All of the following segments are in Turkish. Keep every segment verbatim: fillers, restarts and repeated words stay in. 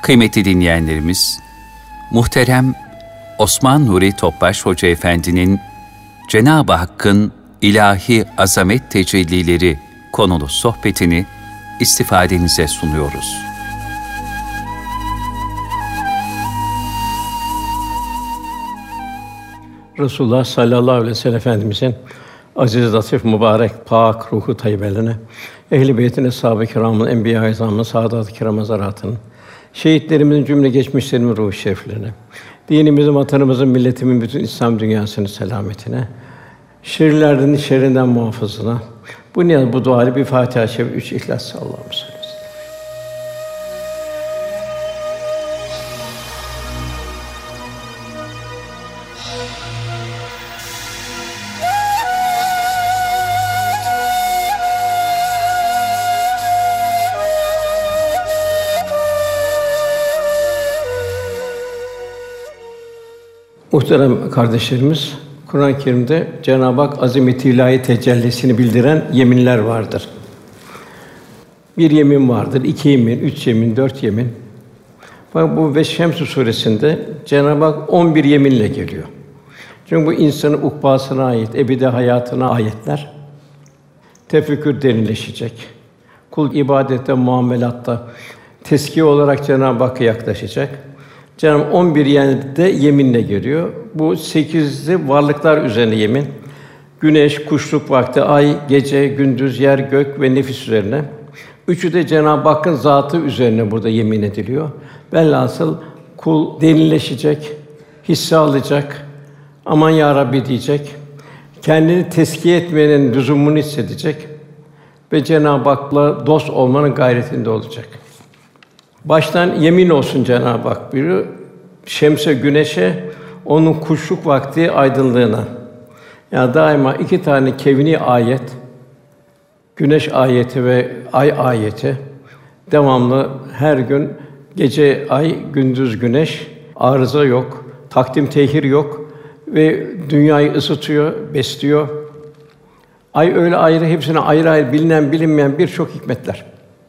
Kıymetli dinleyenlerimiz, muhterem Osman Nuri Topbaş Hoca Efendi'nin Cenab-ı Hakk'ın ilahi azamet tecellileri konulu sohbetini istifadenize sunuyoruz. Resulullah sallallahu aleyhi ve sellem Efendimizin aziz, latif, mübarek, pak ruhu tayyibelerine, ehl-i beytin, eshab-ı kirâmın, enbiya-i izâmın, saadat-ı kirâm hazaratının, şehitlerimizin cümle geçmişlerimizin ruhu şeriflerine, dinimizin, vatanımızın, milletimin, bütün İslam dünyasının selametine, şerlerden, şerrinden muhafazına, bu niyaz, bu duayla bir Fatiha-i Şerif, üç İhlas. Allah'ım salli. Muhterem kardeşlerimiz, Kur'an-ı Kerim'de Cenab-ı Hak azameti ilahi tecellisini bildiren yeminler vardır. Bir yemin vardır, iki yemin, üç yemin, dört yemin. Fakat bu Veş-Şems suresinde Cenab-ı Hak on bir yeminle geliyor. Çünkü bu insanın ukbasına ait, ebedi hayatına ayetler. Tefekkür derinleşecek. Kul ibadette, muamelatta tezkiye olarak Cenab-ı Hakk'a yaklaşacak. Cenab-ı on bir yerde yeminle geliyor. Bu sekizli varlıklar üzerine yemin. Güneş, kuşluk vakti, ay, gece, gündüz, yer, gök ve nefis üzerine. Üçü de Cenab-ı Hakk'ın zatı üzerine burada yemin ediliyor. Velhasıl kul derinleşecek, hisse alacak, aman ya Rabbi diyecek. Kendini tezkiye etmenin lüzumunu hissedecek ve Cenab-ı Hak'la dost olmanın gayretinde olacak. Baştan yemin olsun Cenab-ı Hak buyuruyor. Şemse, güneşe, onun kuşluk vakti aydınlığına. Yani daima iki tane kevni ayet, güneş ayeti ve ay ayeti devamlı her gün gece ay, gündüz güneş, arıza yok, takdim tehir yok ve dünyayı ısıtıyor, besliyor. Ay öyle ayrı, hepsine ayrı ayrı bilinen bilinmeyen birçok hikmetler.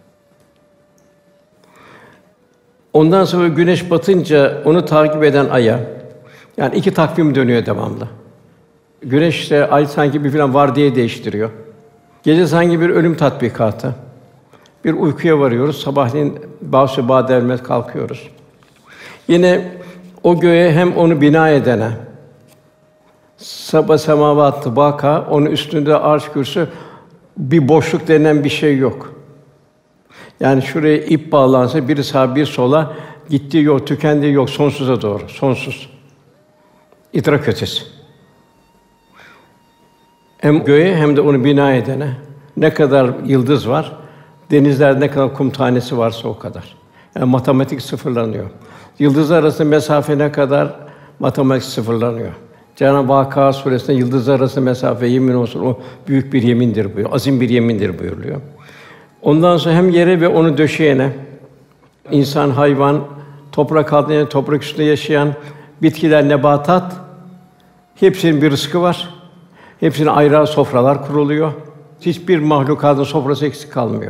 Ondan sonra güneş batınca onu takip eden aya, yani iki takvim dönüyor devamlı. Güneş işte ay sanki bir filan vardiya değiştiriyor. Gece sanki bir ölüm tatbikatı. Bir uykuya varıyoruz. Sabahleyin bâs-ı bâdel kalkıyoruz. Yine o göğe hem onu bina edene, saba semavat baka, onun üstünde arş kürsü, bir boşluk denen bir şey yok. Yani şuraya ip bağlansa biri sağa bir sola gittiği yok, tükendiği yok sonsuza doğru, sonsuz. İdrak ötesi. Hem göğe hem de onu bina edene ne kadar yıldız var, denizlerde ne kadar kum tanesi varsa o kadar. Yani matematik sıfırlanıyor. Yıldızlar arasında mesafe ne kadar, matematik sıfırlanıyor. Cenab-ı Vakâ suresinde yıldızlar arasında mesafe yemin olsun o büyük bir yemindir buyuruyor. Azim bir yemindir buyuruluyor. Ondan sonra hem yere ve onu döşeyene, insan, hayvan, toprak altında, toprak üstünde yaşayan bitkiler, nebatat, hepsinin bir rızkı var. Hepsine ayrı sofralar kuruluyor. Hiçbir mahlukatın sofrası eksik kalmıyor.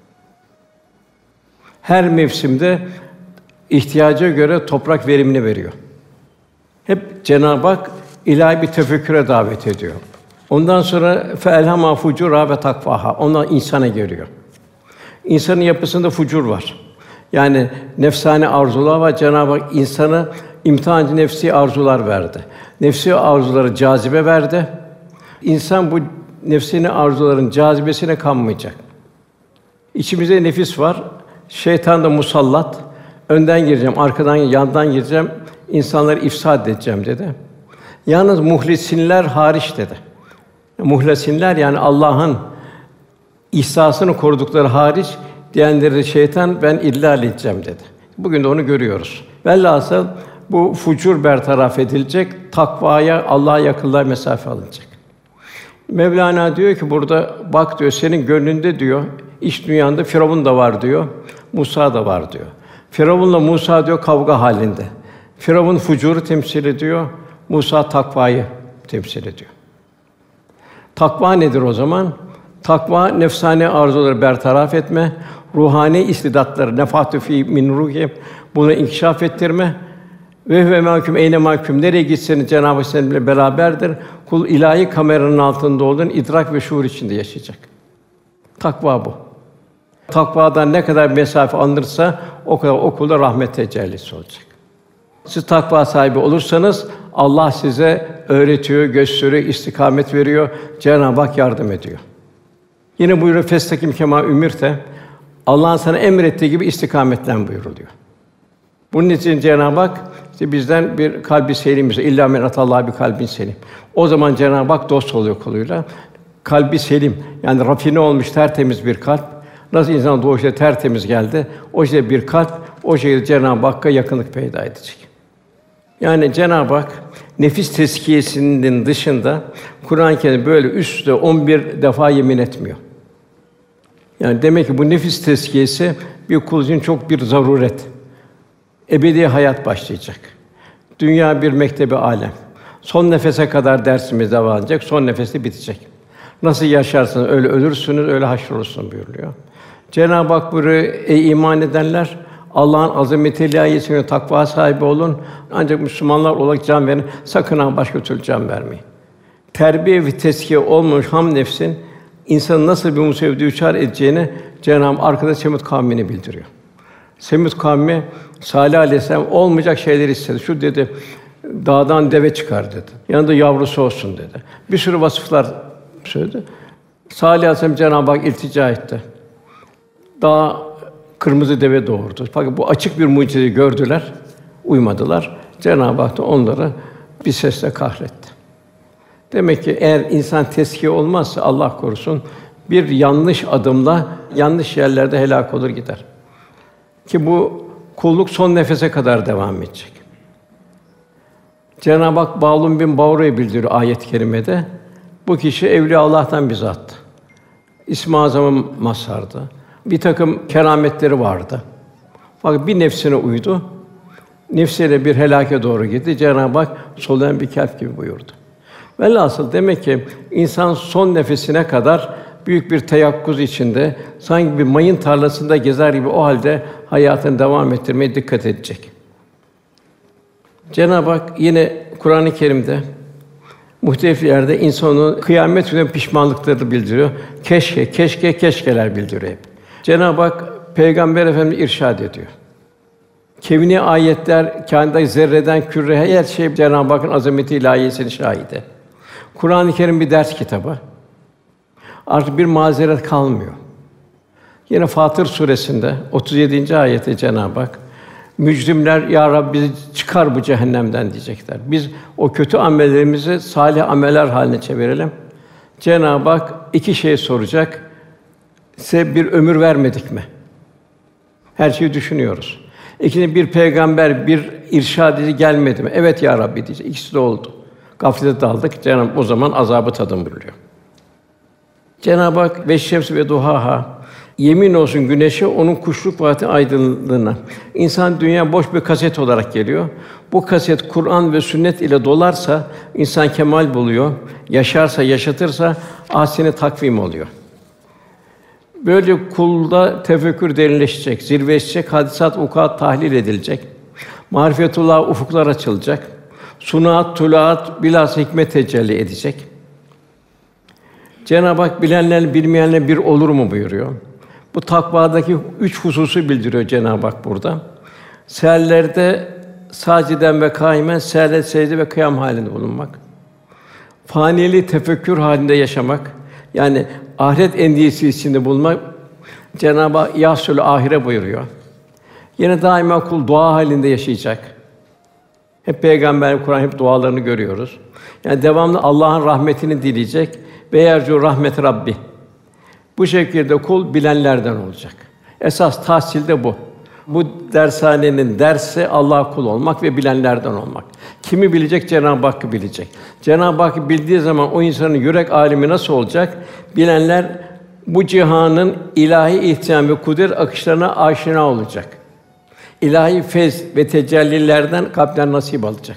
Her mevsimde ihtiyaca göre toprak verimini veriyor. Hep Cenab-ı Hak ilahi bir tefekküre davet ediyor. Ondan sonra feelhama fucura ve takvaha. Ona insana geliyor. İnsanın yapısında fucur var. Yani nefsani arzular var. Cenab-ı Hak insana imtihan nefsi arzular verdi. Nefsi arzuları cazibe verdi. İnsan bu nefsini arzuların cazibesine kanmayacak. İçimizde nefis var. Şeytan da musallat. Önden gireceğim, arkadan, yandan gireceğim. İnsanları ifsad edeceğim dedi. Yalnız muhlisinler hariç dedi. Muhlesinler yani Allah'ın ihsasını korudukları hariç diyenleri şeytan ben illal edeceğim dedi. Bugün de onu görüyoruz. Velhasıl bu fucur bertaraf edilecek, takvaya, Allah'a yakınlığa mesafe alınacak. Mevlana diyor ki burada bak diyor senin gönlünde diyor iç dünyanda Firavun da var diyor. Musa da var diyor. Firavun'la Musa diyor kavga halinde. Firavun fucuru temsil ediyor. Musa takvayı temsil ediyor. Takva nedir o zaman? Takva nefsani arzuları bertaraf etme, ruhani istidatları nefâtu fî min ruhî bunu inkişaf ettirme ve huve mahkum eyne mahkum nereye gitseniz Cenab-ı Hak seninle beraberdir. Kul ilahi kameranın altında olduğun idrak ve şuur içinde yaşayacak. Takva bu. Takvadan ne kadar mesafe alınırsa o kadar o kulda rahmet tecellisi olacak. Siz takva sahibi olursanız Allah size öğretiyor, gösteriyor, istikamet veriyor, Cenab-ı Hak yardım ediyor. Yine buyuruyor festakim kemâ ümirte. Allah'ın sana emrettiği gibi istikametten buyuruluyor. Bunun için Cenab-ı Hak işte bizden bir kalbi selim bize illa men atallah bir kalbin selim. O zaman Cenab-ı Hak dost oluyor kuluyla. Kalbi selim yani rafine olmuş tertemiz bir kalp. Nasıl insan doğuşta tertemiz geldi, o şekilde bir kalp o şekilde Cenab-ı Hakk'a yakınlık peyda edecek. Yani Cenab-ı Hak nefis tezkiyesinin dışında Kur'an-ı Kerim böyle üst üste on bir defa yemin etmiyor. Yani demek ki bu nefis tezkiyesi bir kul için çok bir zaruret. Ebedi hayat başlayacak. Dünya bir mektebi alem. Son nefese kadar dersimiz devam edecek, son nefeste bitecek. Nasıl yaşarsınız öyle ölürsünüz, öyle haşrolursunuz buyuruyor. Cenab-ı Hak buyuruyor, ey iman edenler, Allah'ın azameti ilahiyesine takva sahibi olun. Ancak Müslümanlar olarak can verin. Sakın ha başka türlü can vermeyin. Terbiye ve tezkiye olmamış ham nefsin insanı nasıl bir musibete düçar edeceğini Cenab-ı Hak arkada Semûd kavmini bildiriyor. Semûd kavmi Salih Aleyhisselam olmayacak şeyleri istedi. Şu dedi, dağdan deve çıkar dedi. Yanında yavrusu olsun dedi. Bir sürü vasıflar söyledi. Salih Aleyhisselam Cenab-ı Hak iltica etti. Dağ kırmızı deve doğurdu. Fakat bu açık bir mucizeyi gördüler, uymadılar. Cenab-ı Hak da onları bir sesle kahretti. Demek ki eğer insan tezkiye olmazsa Allah korusun bir yanlış adımla yanlış yerlerde helak olur gider. Ki bu kulluk son nefese kadar devam edecek. Cenab-ı Hak Bağlum bin Bavra'yı bildiriyor ayet-i kerimede. Bu kişi evliya Allah'tan bir zattı. İsm-i Azam'a mazhardı. Bir takım kerametleri vardı. Fakat bir nefsine uydu. Nefsiyle bir helâke doğru gitti. Cenab-ı Hak soluyan bir kelp gibi buyurdu. Velhasıl demek ki insan son nefesine kadar büyük bir teyakkuz içinde, sanki bir mayın tarlasında gezer gibi o halde hayatını devam ettirmeye dikkat edecek. Cenab-ı Hak yine Kur'an-ı Kerim'de muhtelif yerde insanın kıyamet günü pişmanlıkları bildiriyor. Keşke, keşke, keşkeler bildiriyor hep. Cenab-ı Hak Peygamber Efendimiz irşad ediyor. Kevni ayetler, kâinattaki zerreden küreye her şey Cenab-ı Hakk'ın azameti ilahiyesinin şahidi. Kur'an-ı Kerim bir ders kitabı. Artık bir mazeret kalmıyor. Yine Fatır suresinde otuz yedinci ayette Cenab-ı Hak mücrimler ya Rabbi bizi çıkar bu cehennemden diyecekler. Biz o kötü amellerimizi salih ameller haline çevirelim. Cenab-ı Hak iki şey soracak. Size bir ömür vermedik mi? Her şeyi düşünüyoruz. İkinci bir peygamber, bir irşad edici gelmedi mi? Evet ya Rabbi diyecek. İkisi de oldu. Gaflete daldık. Cenab-ı Hak o zaman azabı tadın buyuruyor. Cenab-ı Hak ve şemsi ve duhaha yemin olsun güneşe onun kuşluk vakti aydınlığına. İnsan dünya boş bir kaset olarak geliyor. Bu kaset Kur'an ve sünnet ile dolarsa insan kemal buluyor. Yaşarsa, yaşatırsa ahsen-i takvim oluyor. Böylece kulda tefekkür derinleşecek, zirveleşecek, hadisat vukuat tahlil edilecek. Marifetullah ufuklar açılacak. Sunaat, tulaat bilhassa hikmet tecelli edecek. Cenab-ı Hak bilenlerle bilmeyenle bir olur mu buyuruyor. Bu takvadaki üç hususu bildiriyor Cenab-ı Hak burada. Seherlerde sâciden ve kâimen, seherlerde secde ve kıyam halinde bulunmak. Faniliği tefekkür halinde yaşamak. Yani ahiret endişesi içinde bulunmak. Cenab-ı Hak yâsül ahire buyuruyor. Yine daima kul dua halinde yaşayacak. Hep Peygamber, Kur'an hep dualarını görüyoruz. Yani devamlı Allah'ın rahmetini dileyecek ve yercu rahmet Rabbi. Bu şekilde kul bilenlerden olacak. Esas tahsil de bu. Bu dershanenin dersi Allah'a kul olmak ve bilenlerden olmak. Kimi bilecek? Cenab-ı Hakk'ı bilecek. Cenab-ı Hakk'ı bildiği zaman o insanın yürek alemi nasıl olacak? Bilenler bu cihanın ilahi ihtimam ve kudret akışlarına aşina olacak. İlahi feyz ve tecellilerden kalpler nasip alacak.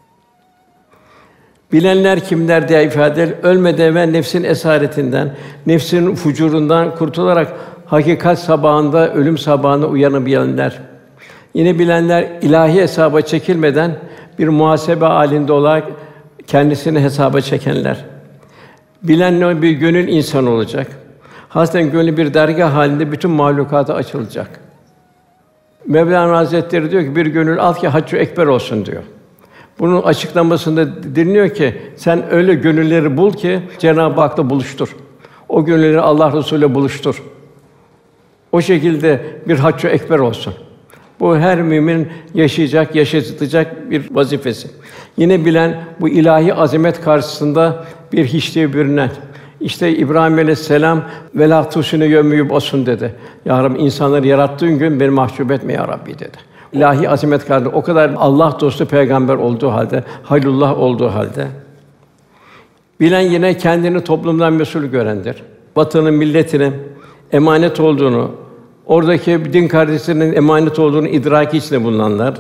Bilenler kimler diye ifade edilir. Ölmeden evvel nefsin esaretinden, nefsin fucurundan kurtularak hakikat sabahında, ölüm sabahında uyanabilenler. Yine bilenler ilahi hesaba çekilmeden bir muhasebe halinde olarak kendisini hesaba çekenler. Bilen bir gönül insan olacak. Hasreten gönlü bir dergâh halinde bütün mahlukata açılacak. Mevlana Hazretleri diyor ki bir gönül al ki haccı ekber olsun diyor. Bunun açıklamasında deniliyor ki sen öyle gönülleri bul ki Cenab-ı Hak'la buluştur. O gönülleri Allah Resulü'yle buluştur. O şekilde bir haccı ekber olsun. Bu her mümin yaşayacak, yaşatacak bir vazifesi. Yine bilen bu ilahi azamet karşısında bir hiçliğe bürünen. İşte İbrahim Aleyhisselam velâ tusine yevme yub'asun dedi. Ya Rabbi insanları yarattığın gün beni mahcup etme ya Rabbi dedi. İlahi azamet karşısında o kadar Allah dostu peygamber olduğu halde, halilullah olduğu halde bilen yine kendini toplumdan mesul görendir. Vatanın, milletinin emanet olduğunu, oradaki din kardeşlerinin emanet olduğunu idraki içinde bulunanlar,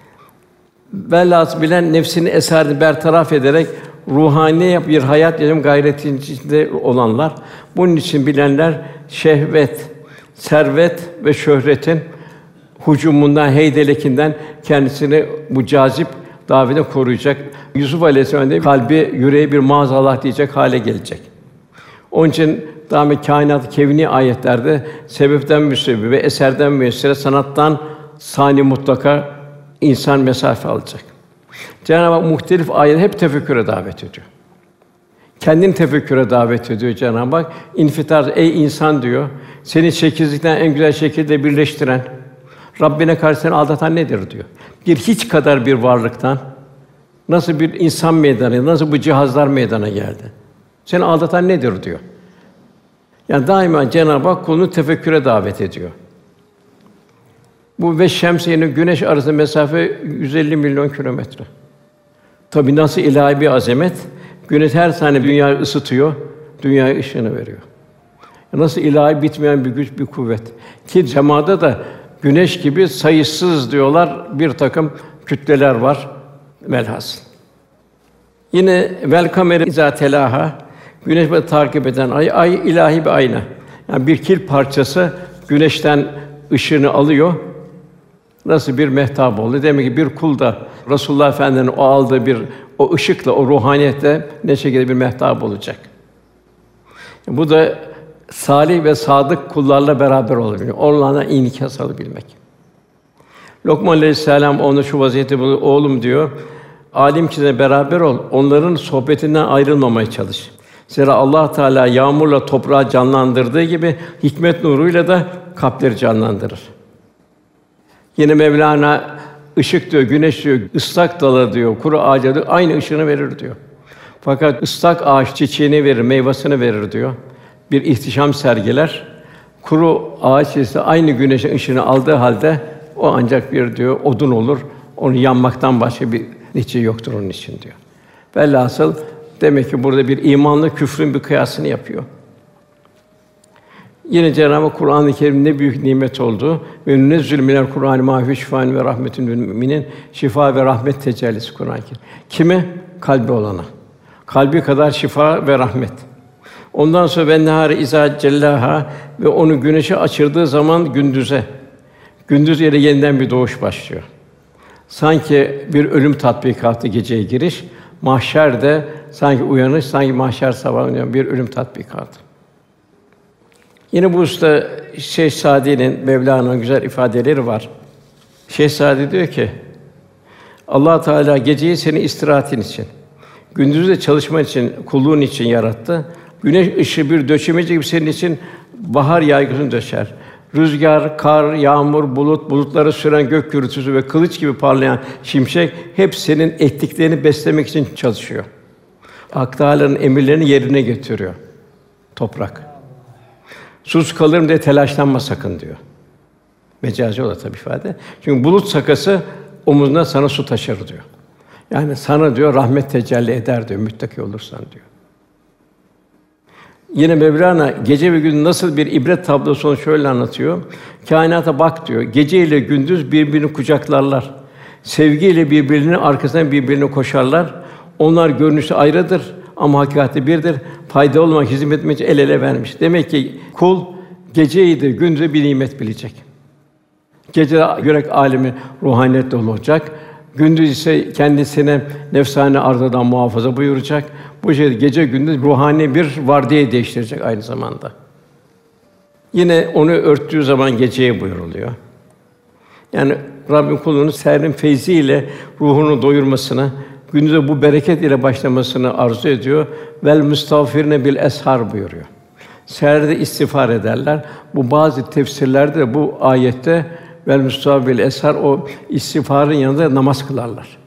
velhâsıl bilen nefsini esarini bertaraf ederek ruhani bir hayat yaşam gayreti içinde olanlar, bunun için bilenler şehvet, servet ve şöhretin hucumundan, heydelekinden kendisini bu cazip davete koruyacak. Yusuf Aleyhisselam'ın kalbi, yüreği bir maazallah diyecek hale gelecek. Onun için daimi kainat kevni ayetlerde sebepten müsebbip ve eserden müessire, sanattan sani mutlaka insan mesafe alacak. Cenab-ı Hak muhtelif ayet hep tefekküre davet ediyor. Kendini tefekküre davet ediyor Cenab-ı Hak. İnfitar, ey insan diyor. Seni çekizlikten en güzel şekilde birleştiren, Rabbine karşı seni aldatan nedir diyor. Bir hiç kadar bir varlıktan nasıl bir insan meydana, nasıl bu cihazlar meydana geldi? Seni aldatan nedir diyor. Yani daima Cenab-ı Hak kulunu tefekküre davet ediyor. Bu ve şemsiyenin güneş arasında mesafe yüz elli milyon kilometre. Tabii nasıl ilahi bir azamet, güneş her saniye dünyayı ısıtıyor, dünyaya ışığını veriyor. Nasıl ilahi bitmeyen bir güç, bir kuvvet. Ki semada da güneş gibi sayısız diyorlar bir takım kütleler var velhasıl. Yine vel kameri izâ telâhâ, güneş ve takip eden ay, ay ilahi bir ayna. Yani bir kil parçası güneşten ışığını alıyor. Nasıl bir mehtap oldu? Demek ki bir kul da Resulullah Efendimiz'in o aldığı bir o ışıkla, o ruhaniyetle ne şekilde bir mehtap olacak. Bu da salih ve sadık kullarla beraber olabilmek, onlarla inikas alabilmek. Lokman Aleyhisselam ona şu vaziyeti buluyor, oğlum diyor, alim kişilerle beraber ol, onların sohbetinden ayrılmamaya çalış. Zira Allah Teala yağmurla toprağı canlandırdığı gibi hikmet nuruyla da kalpleri canlandırır. Yine Mevlana ışık diyor, güneş diyor, ıslak dala diyor, kuru ağaca diyor, aynı ışığını verir diyor. Fakat ıslak ağaç çiçeğini verir, meyvasını verir diyor. Bir ihtişam sergiler. Kuru ağaç ise aynı güneşin ışığını aldığı halde o ancak bir diyor odun olur. Onu yanmaktan başka bir netice yoktur onun için diyor. Velhasıl demek ki burada bir imanla küfrün bir kıyasını yapıyor. Yine Cenab-ı Hak Kur'an-ı Kerim ne büyük nimet olduğu ve nünezzül minel Kur'an mâ huve şifâun ve rahmetun lil müminin, şifa ve rahmet tecellisi Kur'an-ı Kerim. Kime? Kalbi olana. Kalbi kadar şifa ve rahmet. Ondan sonra ve nehâre izâ cellâhâ ve onu güneşe açırdığı zaman gündüze. Gündüz yere yeniden bir doğuş başlıyor. Sanki bir ölüm tatbikatı geceye giriş, mahşerde sanki uyanış, sanki mahşer sabahı bir ölüm tatbikatı. Yine bu usta Şeyh Sâdî'nin Mevlana'nın güzel ifadeleri var. Şeyh Sâdî diyor ki: Allah Teala geceyi senin istirahatin için, gündüzü de çalışman için, kulluğun için yarattı. Güneş ışığı bir döşemeci gibi senin için bahar yaygısını döşer. Rüzgar, kar, yağmur, bulut, bulutları süren gök gürültüsü ve kılıç gibi parlayan şimşek hep senin ektiklerini beslemek için çalışıyor. Hak Teâlâ'nın emirlerini yerine getiriyor. Toprak. Sus kalırım diye telaşlanma sakın diyor. Mecazi olarak tabii ifade. Çünkü bulut sakası omuzuna sana su taşır diyor. Yani sana diyor rahmet tecelli eder diyor müttaki olursan diyor. Yine Mevlana gece ve gün nasıl bir ibret tablosunu şöyle anlatıyor. Kainata bak diyor. Gece ile gündüz birbirini kucaklarlar. Sevgiyle birbirinin arkasından birbirine koşarlar. Onlar görünüşte ayrıdır ama hakikati birdir. Fayda olmak, hizmet etmek için el ele vermiş. Demek ki kul Geceyi de gündüzü bir nimet bilecek. Gece yürek alemi ruhaniyet dolu olacak. Gündüz ise kendisine nefsane arzudan muhafaza buyuracak. Bu şekilde gece gündüz ruhani bir vardiya değiştirecek aynı zamanda. Yine onu örttüğü zaman geceye buyuruluyor. Yani Rabbim kulunun serin feyziyle ruhunu doyurmasını, gündüze bu bereket ile başlamasını arzu ediyor. Vel müstağfirine bil eshar buyuruyor. Seherde istiğfar ederler. Bu bazı tefsirlerde de bu ayette vel müstağfir bil eshar o istiğfarın yanında namaz kılarlar.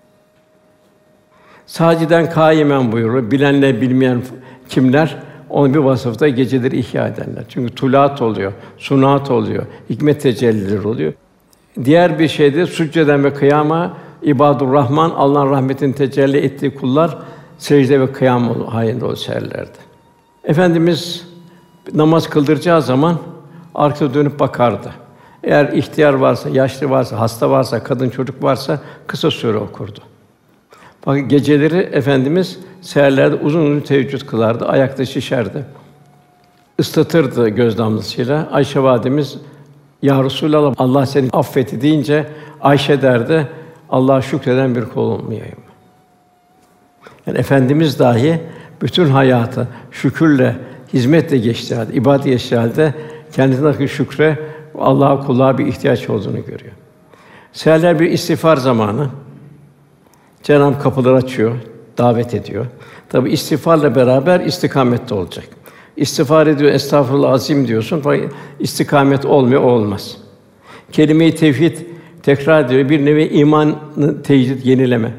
Sâciden kâimen buyuruyor. Bilenle bilmeyen kimler? Onun bir vasıfta geceleri ihya ederler. Çünkü tulaat oluyor, sunaat oluyor, hikmet tecellileri oluyor. Diğer bir şeyde succeden ve kıyama ibadur Rahman Allah'ın rahmetinin tecelli ettiği kullar secde ve kıyam halinde olurlardı. Efendimiz namaz kıldıracağı zaman arkasına dönüp bakardı. Eğer ihtiyar varsa, yaşlı varsa, hasta varsa, kadın çocuk varsa kısa süre okurdu. Fakat geceleri Efendimiz seherlerde uzun uzun teheccüd kılardı, ayakta şişerdi. Islatırdı göz damlasıyla. Ayşe validemiz "Ya Resulallah, Allah seni affetti." deyince Ayşe derdi, "Allah'a şükreden bir kul olmayayım." Yani Efendimiz dahi bütün hayatı şükürle, hizmetle geçtiği halde, ibadet geçtiği halde kendisindeki şükre, Allah'a kulluğa bir ihtiyaç olduğunu görüyor. Seherler bir istiğfar zamanı. Cenab-ı Hak kapıları açıyor, davet ediyor. Tabi istiğfarla beraber istikamet de olacak. İstiğfar ediyor, estağfurullah azim diyorsun, fakat istikamet olmuyor, olmaz. Kelime-i tevhid tekrar ediyor, bir nevi imanı tecdid, yenileme.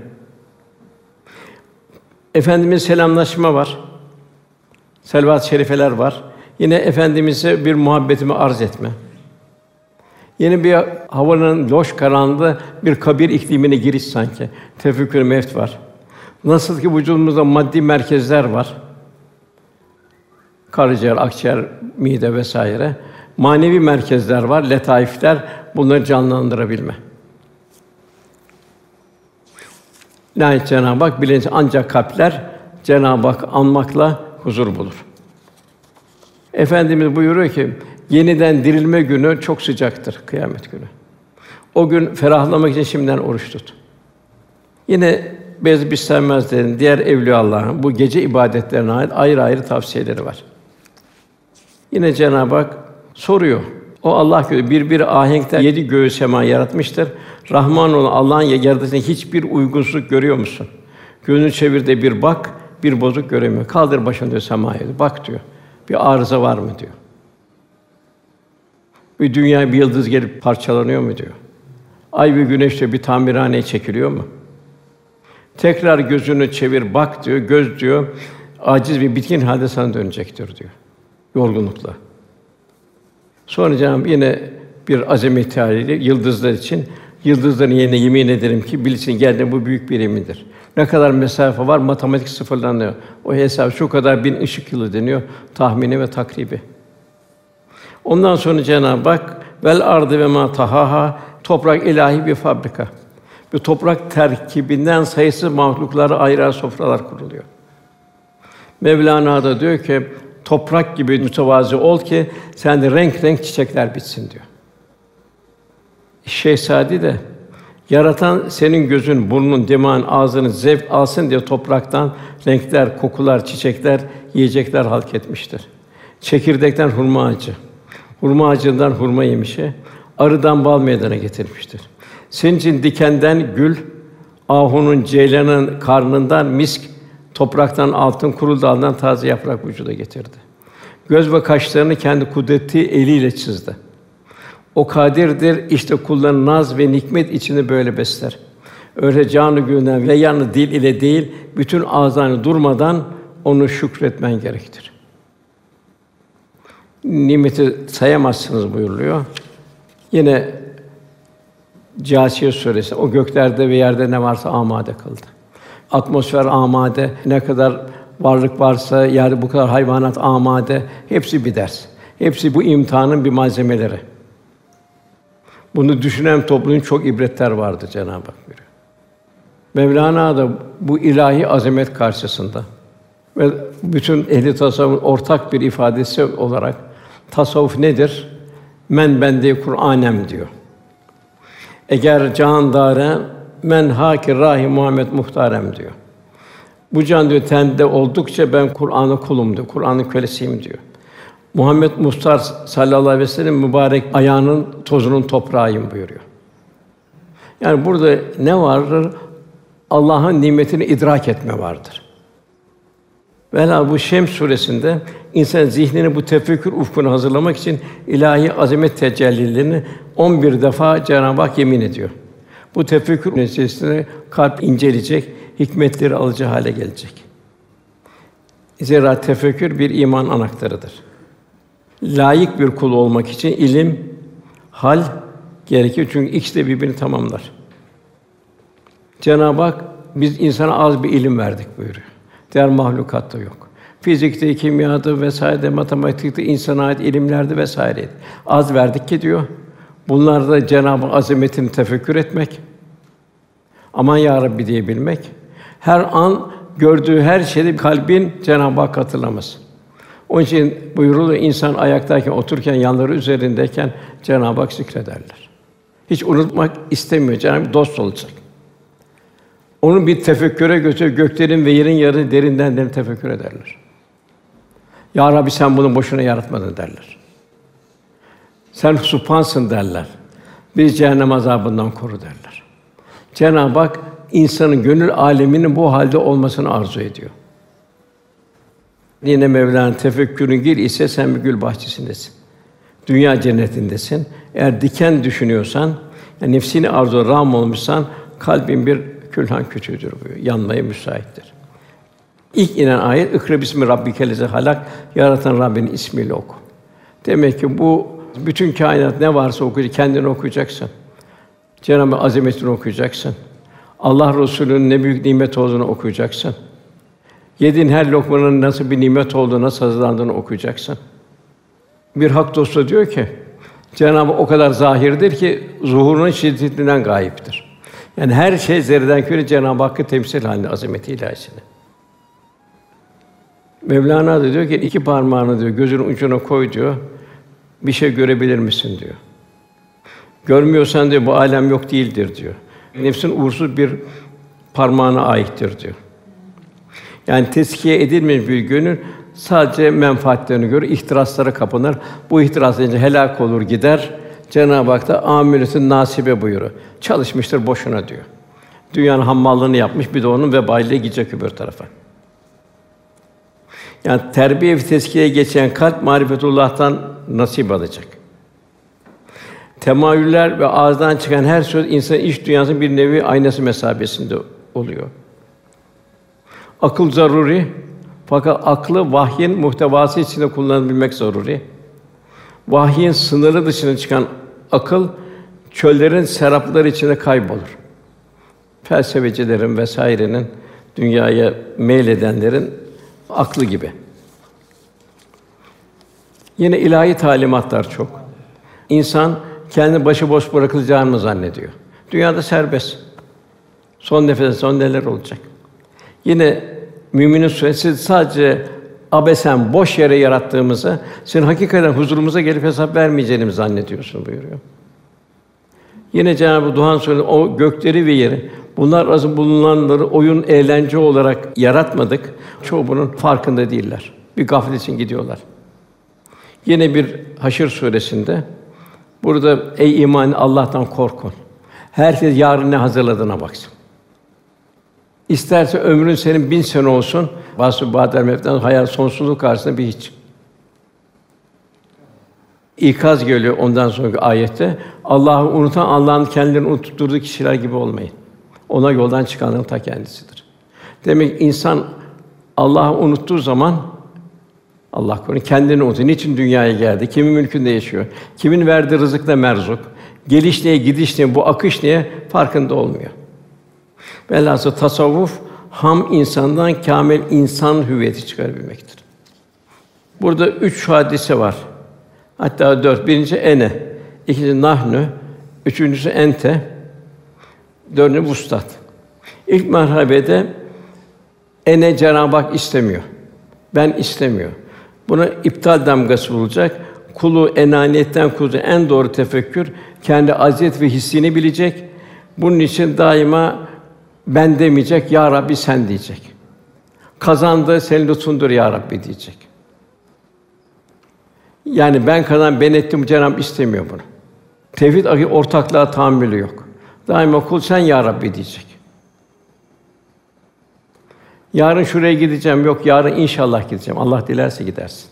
Efendimiz selamlaşma var. Selvat-ı şerifeler var. Yine Efendimize bir muhabbetimi arz etme. Yeni bir havanın loş karanlığı bir kabir iklimine giriş sanki. Tefekkür-ü mevt var. Nasıl ki vücudumuzda maddi merkezler var. Karaciğer, akciğer, mide vesaire. Manevi merkezler var, letaifler. Bunları canlandırabilme. Nihayet Cenab-ı Hak bilinç ancak kalpler Cenab-ı Hak anmakla huzur bulur. Efendimiz buyuruyor ki yeniden dirilme günü çok sıcaktır, kıyamet günü. O gün ferahlamak için şimdiden oruç tut. Yine Beyazıt Bistami Hazretleri'nin diğer evliya Allah'ın bu gece ibadetlerine ait ayrı ayrı tavsiyeleri var. Yine Cenab-ı Hak soruyor. O Allah ki bir bir ahenkten yedi göğü sema yaratmıştır. Rahman olan Allah'ın yaratılışında hiçbir uygunsuzluk görüyor musun? Gözünü çevir de bir bak, bir bozuk göremiyor. Kaldır başını diyor semaya, diyor. Bak diyor. Bir arıza var mı diyor. Bir dünya bir yıldız gelip parçalanıyor mu diyor. Ay ve güneş diyor bir tamirhaneye çekiliyor mu? Tekrar gözünü çevir bak diyor. Göz diyor aciz ve bitkin halde sana dönecektir diyor. Yorgunlukla. Sonra Cenab-ı yine bir azamet haliyle yıldızlar için yıldızların yerine yemin ederim ki bilsin geldi bu büyük bir yemindir. Ne kadar mesafe var matematik sıfırlanıyor. O hesap şu kadar bin ışık yılı deniyor tahmini ve takribi. Ondan sonra Cenab-ı Hak vel ardı ve ma tahaha toprak ilahi bir fabrika. Bu toprak terkibinden sayısız mahluklara ayrı ayrı sofralar kuruluyor. Mevlana da diyor ki toprak gibi mütevazı ol ki sen de renk renk çiçekler bitsin diyor. Şeyh Sadi de yaratan senin gözün, burnun, dimağın, ağzını zevk alsın diye topraktan renkler, kokular, çiçekler, yiyecekler halk etmiştir. Çekirdekten hurma ağacı, hurma ağacından hurma yemişi, arıdan bal meydana getirmiştir. Senin için dikenden gül, ahunun, ceylanın karnından misk, topraktan altın, kuru daldan taze yaprak vücuda getirdi. Göz ve kaşlarını kendi kudreti eliyle çizdi. O kadirdir, işte kulların naz ve nikmet içinde böyle besler. Öyle canı gönülden ve yanı dil ile değil, bütün ağzını durmadan onu şükretmen gerektir. Nimeti sayamazsınız buyuruluyor. Yine Câsiye suresi o göklerde ve yerde ne varsa amade kıldı. Atmosfer amade, ne kadar varlık varsa yerde bu kadar hayvanat amade, hepsi bir ders. Hepsi bu imtihanın bir malzemeleri. Bunu düşünen toplumun çok ibretler vardır Cenab-ı Hak buyuruyor. Mevlana da bu ilahi azamet karşısında ve bütün ehli tasavvufun ortak bir ifadesi olarak Tasavvuf nedir? Men bende Kur'anem diyor. Eğer candare men haki rahi Muhammed muhtarem diyor. Bu can diyor tende oldukça ben Kur'an'ın kulum diyor. Kur'an'ın kölesiyim diyor. Muhammed Muhtar sallallahu aleyhi ve sellem mübarek ayağının tozunun toprağıyım buyuruyor. Yani burada ne vardır? Allah'ın nimetini idrak etme vardır. Velhâsıl bu Şems suresinde insan zihnini bu tefekkür ufkuna hazırlamak için ilahi azamet tecellilerini on bir defa Cenab-ı Hak yemin ediyor. Bu tefekkür neticesinde kalp inceleyecek, hikmetleri alıcı hale gelecek. Zira tefekkür bir iman anahtarıdır. Layık bir kul olmak için ilim, hal gerekir çünkü ikisi de birbirini tamamlar. Cenab-ı Hak biz insana az bir ilim verdik buyuruyor. Diğer mahlukatta yok. Fizikte, kimyada vesaire, matematikte insana ait ilimlerde vesaire az verdik ki diyor. Bunlar da Cenab-ı azametini tefekkür etmek, aman ya Rabbi diyebilmek, her an gördüğü her şeyde kalbin Cenab-ı Hak hatırlaması. Onun için buyuruluyor insan ayaktayken, otururken, yanları üzerindeyken Cenab-ı Hak zikrederler. Hiç unutmak istemiyor. Cenab-ı Hak dost olacak. Onu bir tefekküre götürüp göklerin ve yerin yarı derinden derin tefekkür ederler. Ya Rabbi sen bunu boşuna yaratmadın derler. Sen Sübhansın derler. Biz cehennem azabından koru derler. Cenab-ı Hak insanın gönül âleminin bu halde olmasını arzu ediyor. Yine Mevlana tefekkürün gir ise sen bir gül bahçesindesin. Dünya cennetindesin. Eğer diken düşünüyorsan, yani nefsini arzu rağm olmuşsan kalbin bir külhan kütüğüdür buyuruyor. Yanmaya müsaittir. İlk inen ayet "İkra bismi rabbikellezî halak" yaratan Rabbinin ismiyle oku. Demek ki bu bütün kainat ne varsa okuyacak, kendini okuyacaksın. Cenab-ı azametini okuyacaksın. Allah Resulü'nün ne büyük nimet olduğunu okuyacaksın. Yediğin her lokmanın nasıl bir nimet olduğunu, nasıl hazırlandığını okuyacaksın. Bir hak dostu diyor ki, Cenab-ı Hak o kadar zahirdir ki zuhurunun şiddetinden gayiptir. Yani her şey zerreden küre Cenab-ı Hakk'ı temsil halinde azameti ilahisini. Mevlana da diyor ki iki parmağını diyor gözünün ucuna koy diyor. Bir şey görebilir misin diyor. Görmüyorsan diyor bu alem yok değildir diyor. Nefsin uğursuz bir parmağına aittir diyor. Yani tezkiye edilmemiş bir gönül sadece menfaatlerini görür, ihtiraslara kapanır. Bu ihtiras edince helak olur gider. Cenab-ı Hak da âmilüsün nâsibe buyuruyor. Çalışmıştır boşuna diyor. Dünyanın hammallığını yapmış bir de onun vebalıyla gidecek öbür tarafa. Yani terbiye ve tezkiyeye geçen kalp marifetullah'tan nasip alacak. Temayüller ve ağızdan çıkan her söz insanın iç dünyasının bir nevi aynası mesabesinde oluyor. Akıl zaruri, fakat aklı vahyin muhtevası içinde kullanabilmek zaruri. Vahyin sınırı dışına çıkan akıl çöllerin serapları içinde kaybolur. Felsefecilerin vesairenin dünyaya meyledenlerin aklı gibi. Yine ilahi talimatlar çok. İnsan kendini başıboş bırakılacağını mı zannediyor? Dünyada serbest. Son nefeste son neler olacak? Yine Müminin Suresi sadece abesen boş yere yarattığımızı, senin hakikaten huzurumuza gelip hesap vermeyeceğini mi zannediyorsun buyuruyor. Yine Cenab-ı Duhan Suresi o gökleri ve yeri bunlar arasında bulunanları oyun, eğlence olarak yaratmadık. Çoğu bunun farkında değiller. Bir gaflet için gidiyorlar. Yine bir Haşr suresinde burada ey iman Allah'tan korkun. Herkes yarın ne hazırladığına baksın. İsterse ömrün senin bin sene olsun, bazı bâdel mevt'ten hayal sonsuzluk karşısında bir hiç. İkaz geliyor ondan sonraki ayette. Allah'ı unutan, Allah'ın kendilerini unutturduğu kişiler gibi olmayın. Ona yoldan çıkanların ta kendisidir. Demek insan Allah'ı unuttuğu zaman Allah korusun kendini unutuyor. Niçin dünyaya geldi? Kimin mülkünde yaşıyor? Kimin verdiği rızıkla merzuk? Geliş neye, gidiş neye, bu akış neye farkında olmuyor. Velhâsıl tasavvuf ham insandan kâmil insan hüviyeti çıkarabilmektir. Burada üç hadise var. Hatta dört. Birinci ene, ikinci nahnu, üçüncüsü ente, dördüncü vustat. İlk merhabede ene Cenab-ı Hak istemiyor. Ben istemiyor. Buna iptal damgası bulacak. kulu enaniyetten kurtulacak en doğru tefekkür, kendi aziyet ve hissini bilecek. Bunun için daima ben demeyecek, ya Rabbi sen diyecek. Kazandı, senin lütfundur ya Rabbi diyecek. Yani ben kazan, ben ettim, Cenab-ı istemiyor bunu. Tevhid ortaklığa tahammülü yok. Daima kul sen ya Rabbi diyecek. Yarın şuraya gideceğim, yok yarın inşallah gideceğim. Allah dilerse gidersin.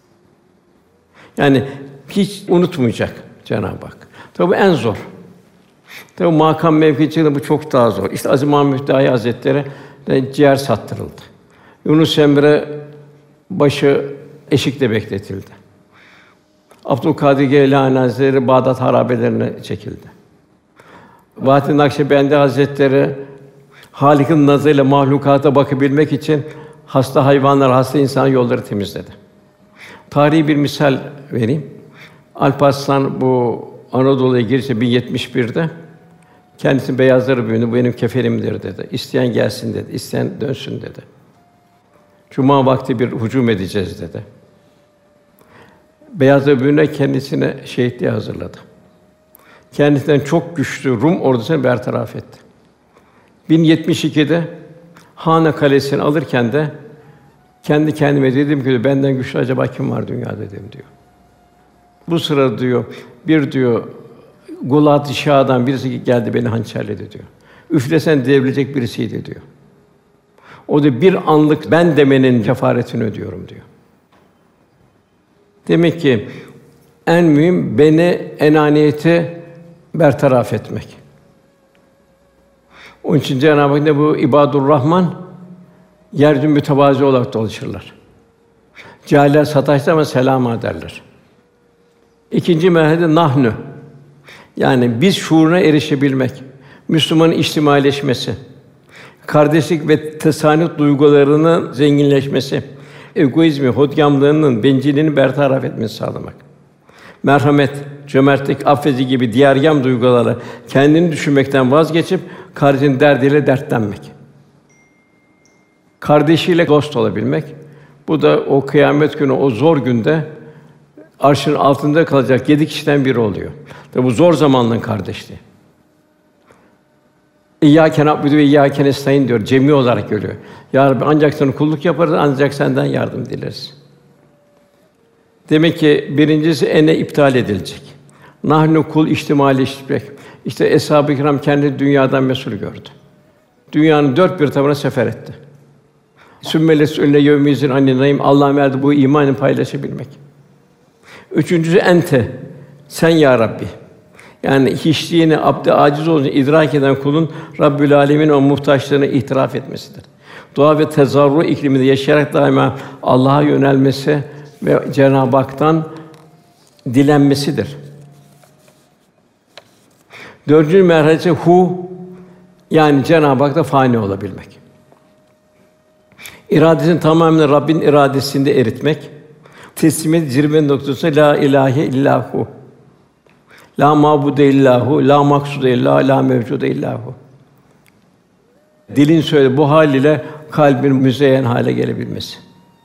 Yani hiç unutmayacak Cenab-ı Hak. Tabii bu en zor. Tabii makam mevkiciliğinde bu çok daha zor. İşte Aziz Mahmud Müftüdahi Hazretleri de ciğer sattırıldı. Yunus Emre başı eşikte bekletildi. Abdülkadir Geylani Hazretleri Bağdat harabelerine çekildi. Vahdettin Nakşibendi Hazretleri Halik'in nazarıyla mahlukata bakabilmek için hasta hayvanlar, hasta insan yolları temizledi. Tarihi bir misal vereyim. Alparslan bu Anadolu'ya girişte bin yetmiş birde kendisi beyazları büründü, bu benim kefenimdir dedi. İsteyen gelsin dedi, isteyen dönsün dedi. Cuma vakti bir hücum edeceğiz dedi. Beyazları bürüne kendisine şehitliğe hazırladı. Kendisinden çok güçlü Rum ordusunu bertaraf etti. bin yetmiş ikide Hana Kalesi'ni alırken de kendi kendime dedim ki benden güçlü acaba kim var dünyada dedim diyor. Bu sırada diyor bir diyor Gulat-ı Şah'dan birisi geldi beni hançerledi diyor. Üflesen devrilecek birisiydi diyor. O da bir anlık ben demenin kefaretini ödüyorum diyor. Demek ki en mühim beni enaniyeti bertaraf etmek. Onun için Cenab-ı Hak ne bu İbadur Rahman yeryüzünde mütevazı olarak dolaşırlar. Cahiller sataşlar ama selam ederler. İkinci merhalede nahnu. Yani biz şuuruna erişebilmek, Müslümanın içtimaileşmesi, kardeşlik ve tesanüt duygularının zenginleşmesi, egoizmi, hodgamlığının, bencilliğini bertaraf etmesi sağlamak. Merhamet, cömertlik, affedici gibi diğergâm duygularla kendini düşünmekten vazgeçip kardeşin derdiyle dertlenmek. Kardeşiyle dost olabilmek. Bu da o kıyamet günü, o zor günde arşın altında kalacak yedi kişiden biri oluyor. Tabi bu zor zamanların kardeşliği. İyyâke na'budu ve iyyâke nestaîn diyor, cemi olarak görüyor. Ya Rabbi ancak sana kulluk yaparız, ancak senden yardım dileriz. Demek ki birincisi ene iptal edilecek. Nahnu kul içtimaileşmek. İşte Eshab-ı Kiram kendi dünyadan mesul gördü. Dünyanın dört bir tarafına sefer etti. Sümmeles önüne yevmizin anin Allah'ın verdiği bu imanı paylaşabilmek. Üçüncüsü ente. Sen ya Rabbi. Yani hiçliğini, abd-i aciz olduğunu idrak eden kulun Rabbül Âlemin o muhtaçlığını itiraf etmesidir. Dua ve tezarru ikliminde yaşayarak daima Allah'a yönelmesi ve Cenab-ı Hak'tan dilenmesidir. Dördüncü merhalesi hu, yani Cenab-ı Hak'ta fani olabilmek. İradesini tamamen Rabbin iradesinde eritmek. Teslimiyet zirve noktası la ilahe illahu. La mabude illahu, la maksude illahu, la mevcude illahu. Dilin söyle bu hal ile kalbin müzeyyen hale gelebilmesi.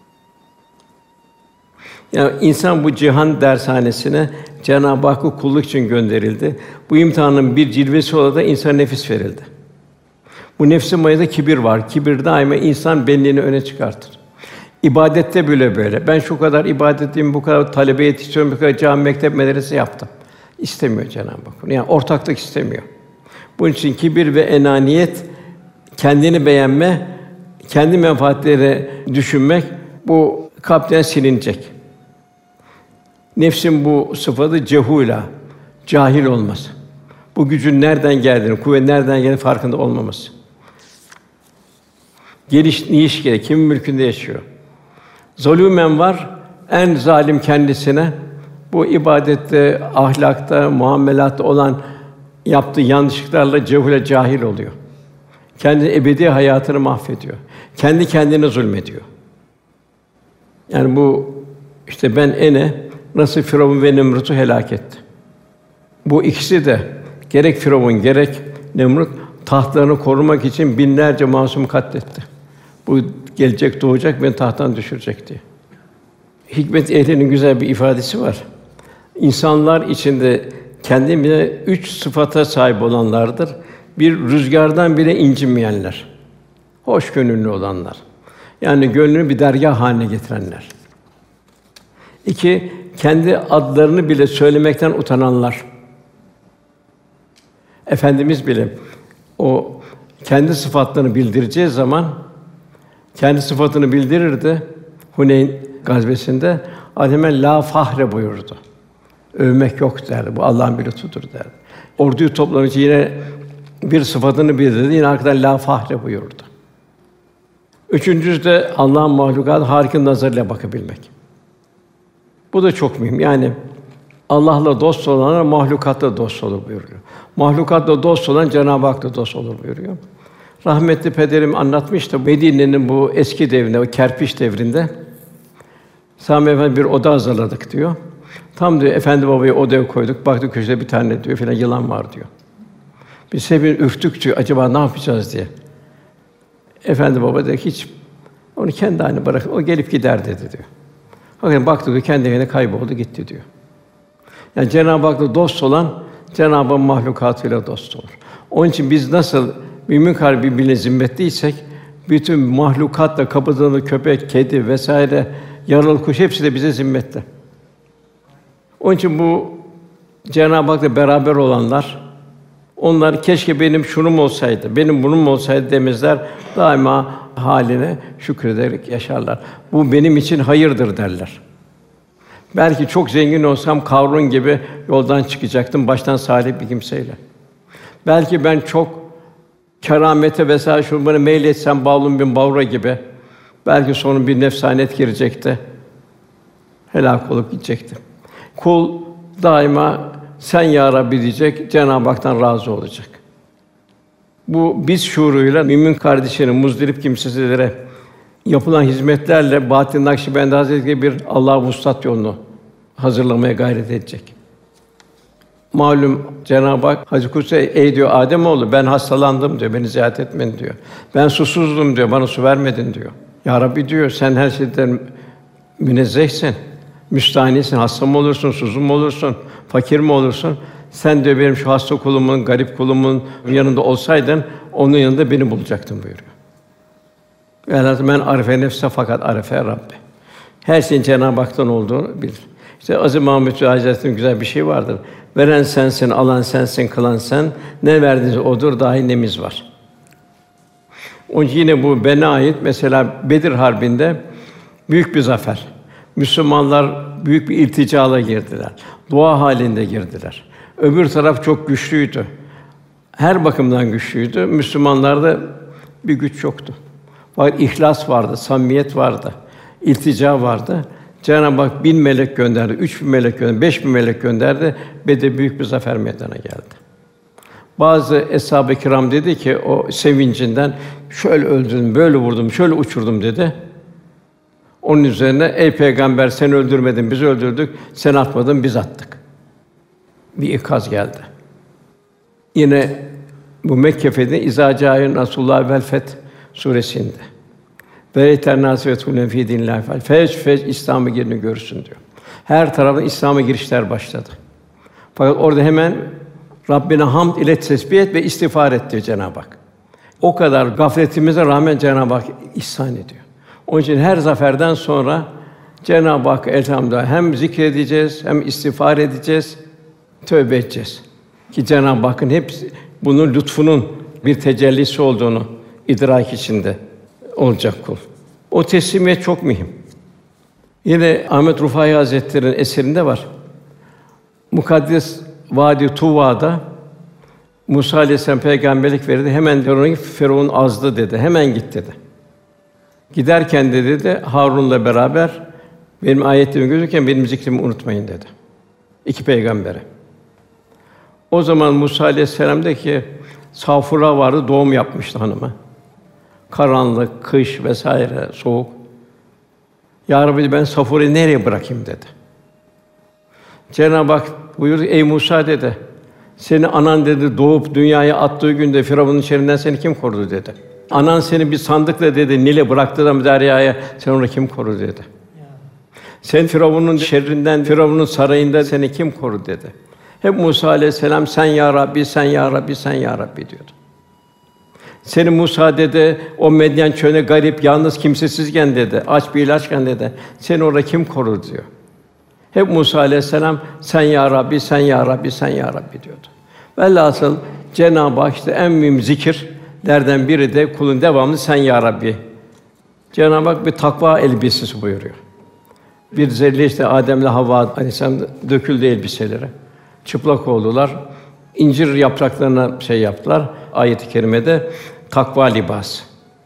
Yani insan bu cihan dershanesine Cenab-ı Hakk'a kulluk için gönderildi. Bu imtihanın bir cilvesi olarak da insana nefis verildi. Bu nefsin mayında kibir var. Kibir daima insan benliğini öne çıkartır. İbadette bile böyle. Ben şu kadar ibadet edeyim, bu kadar talebe yetiştiriyorum, bu kadar cami, mektep, medrese yaptım. İstemiyor Cenab-ı Hak. Yani ortaklık istemiyor. Bunun için kibir ve enaniyet, kendini beğenme, kendi menfaatleri düşünmek bu kalpten silinecek. Nefsin bu sıfatı cehûlâ, cahil olması. Bu gücün nereden geldiğini, kuvvet nereden geldiğini farkında olmaması. Geliş niş gerek, kimin mülkünde yaşıyor. Zalûmen var, en zalim kendisine. Bu ibadette, ahlakta, muamelatta olan yaptığı yanlışlıklarla cehûle cahil oluyor. Kendi ebedi hayatını mahvediyor. Kendi kendine zulmediyor. Yani bu işte ben ene nasıl Firavun ve Nemrut'u helak etti. Bu ikisi de gerek Firavun gerek Nemrut tahtlarını korumak için binlerce masum katletti. Bu gelecek doğacak beni tahttan düşürecek diye. Hikmet ehlinin güzel bir ifadesi var. İnsanlar içinde kendine üç sıfata sahip olanlardır. Bir, rüzgardan bile incinmeyenler. Hoşgörülü olanlar. Yani gönlünü bir dergâh haline getirenler. İki, kendi adlarını bile söylemekten utananlar. Efendimiz bile o kendi sıfatlarını bildireceği zaman kendi sıfatını bildirirdi. Huneyn gazvesinde Adem'e la fahre buyurdu. Övmek yok derdi. Bu Allah'ın bir lütfudur derdi. Orduyu toplamak için yine bir sıfatını bildirdi. Yine arkadan la fahre buyurdu. Üçüncüsü de Allah'ın mahlukatı harika nazarıyla bakabilmek. Bu da çok mühim. Yani Allah'la dost olanlar mahlukatla dost olur buyuruyor. Mahlukatla dost olan Cenab-ı Hak'la dost olur buyuruyor. Rahmetli pederim anlatmıştı. Medine'nin bu eski devrinde, o kerpiç devrinde Sami Efendi bir oda hazırladık diyor. Tam diyor Efendi Baba'yı odaya koyduk. Baktık köşede bir tane diyor filan yılan var diyor. Biz hepimiz ürktük diyor. Acaba ne yapacağız diye. Efendi Baba dedi hiç onu kendi haline bırakın. O gelip gider dedi diyor. Hakikaten baktık diyor kendi kendine kayboldu gitti diyor. Yani Cenab-ı Hak'la dost olan Cenab-ı Hakk'ın mahlukatıyla dost olur. Onun için biz nasıl mümin kalbi birbirine zimmetliysek bütün mahlukatla kapıdan köpek, kedi vesaire yaralı kuş hepsi de bize zimmetli. Onun için bu Cenab-ı Hak'la beraber olanlar onlar keşke benim şunum olsaydı, benim bunum olsaydı demezler. Daima haline şükrederek yaşarlar. Bu benim için hayırdır derler. Belki çok zengin olsam Kârûn gibi yoldan çıkacaktım baştan salih bir kimseyle. Belki ben çok keramete vesaire şunu bana meyletsem Bâlûn bin Bavra gibi belki sonun bir nefsanet girecekti. Helak olup gidecekti. Kul daima sen ya Rabbi diyecek, Cenab-ı Hak'tan razı olacak. Bu biz şuuruyla mümin kardeşlerin muzdarip kimselere yapılan hizmetlerle Bahattin Nakşibendi Hazretleri bir Allah'a vuslat yolunu hazırlamaya gayret edecek. Malum Cenab-ı Hak Hâc-ı Kutsi ey diyor Âdemoğlu ben hastalandım diyor. Beni ziyaret etmedin diyor. Ben susuzdum diyor. Bana su vermedin diyor. Ya Rabbi diyor sen her şeyden münezzehsin. Müstahnisin. Hasta mı olursun, susuz mu olursun, fakir mi olursun? Sen diyor benim şu hasta kulumun, garip kulumun yanında olsaydın onun yanında beni bulacaktın buyuruyor. Velhâsıl men arife nefse fakat arife Rabbi. Her şeyin Cenab-ı Hak'tan olduğunu bilir. İşte Aziz Mahmud Hazretleri'nin güzel bir şey vardır. Veren sensin, alan sensin, kılan sen. Ne verdiyse odur, dahi nemiz var. Onun için yine bu bana ait mesela Bedir Harbi'nde büyük bir zafer. Müslümanlar büyük bir ilticayla girdiler. Dua halinde girdiler. Öbür taraf çok güçlüydü. Her bakımdan güçlüydü. Müslümanlarda bir güç yoktu. Fakat ihlas vardı, samimiyet vardı, iltica vardı. Cenab-ı Hak bin melek gönderdi, üç bin melek gönderdi, beş bin melek gönderdi. Bedir büyük bir zafer meydana geldi. Bazı eshab-ı kiram dedi ki o sevincinden şöyle öldürdüm, böyle vurdum, şöyle uçurdum dedi. Onun üzerine ey peygamber sen öldürmedin, biz öldürdük, sen atmadın, biz attık. Bir ikaz geldi. Yine bu Mekke fethinde İzâ câe Nasrullah vel Feth suresinde. Ve eternâs ve tulûn fî dinillâhi fel fec fec İslam'a girdiğini görürsün diyor. Her taraftan İslam'a girişler başladı. Fakat orada hemen Rabbine hamd ile tesbih et ve istiğfar et diyor Cenab-ı Hak. O kadar gafletimize rağmen Cenab-ı Hak ihsan ediyor. Onun için her zaferden sonra Cenab-ı Hakk'a elhamdülillah hem zikredeceğiz, hem istiğfar edeceğiz, tövbe edeceğiz. Ki Cenab-ı Hakk'ın hepsi bunun lütfunun bir tecellisi olduğunu idrak içinde olacak kul. O teslimiyet çok mühim. Yine Ahmed Rufai Hazretleri'nin eserinde var. Mukaddes Vadi Tuva'da Musa Aleyhisselam peygamberlik verildi. Hemen Firavun, Firavun azdı dedi. Hemen git dedi. Giderken de dedi Harun'la beraber benim ayetlerimi gözükürken benim zikrimi unutmayın dedi. İki peygambere. O zaman Musa Aleyhisselam'daki Safura vardı, doğum yapmıştı hanıma. Karanlık, kış vesaire, soğuk. Ya Rabbi ben Safura'yı nereye bırakayım dedi. Cenab-ı Hak buyurdu, ey Musa dedi. Seni anan dedi doğup dünyaya attığı günde Firavun'un şerrinden seni kim korudu dedi. Anan seni bir sandıkla dedi Nil'e bıraktı da deryaya sen onu kim korudu dedi. Sen Firavun'un şerrinden, Firavun'un sarayında seni kim korudu dedi. Hep Musa aleyhisselam sen ya Rabbi, sen ya Rabbi, sen ya Rabbi diyordu. Seni Musa dedi, o Medyen çölüne garip, yalnız, kimsesizken dedi, aç bir ilaçken dedi, seni orada kim korur diyor. Hep Musa aleyhisselam sen ya Rabbi, sen ya Rabbi, sen ya Rabbi diyordu. Velhasıl Cenab-ı Hak işte en mühim zikirlerden biri de kulun devamlı sen ya Rabbi. Cenab-ı Hak bir takva elbisesi buyuruyor. Bir zerre işte Adem'le Havva aleyhisselam döküldü elbiseleri. Çıplak oldular. İncir yapraklarına şey yaptılar. Ayet-i kerimede takva libası.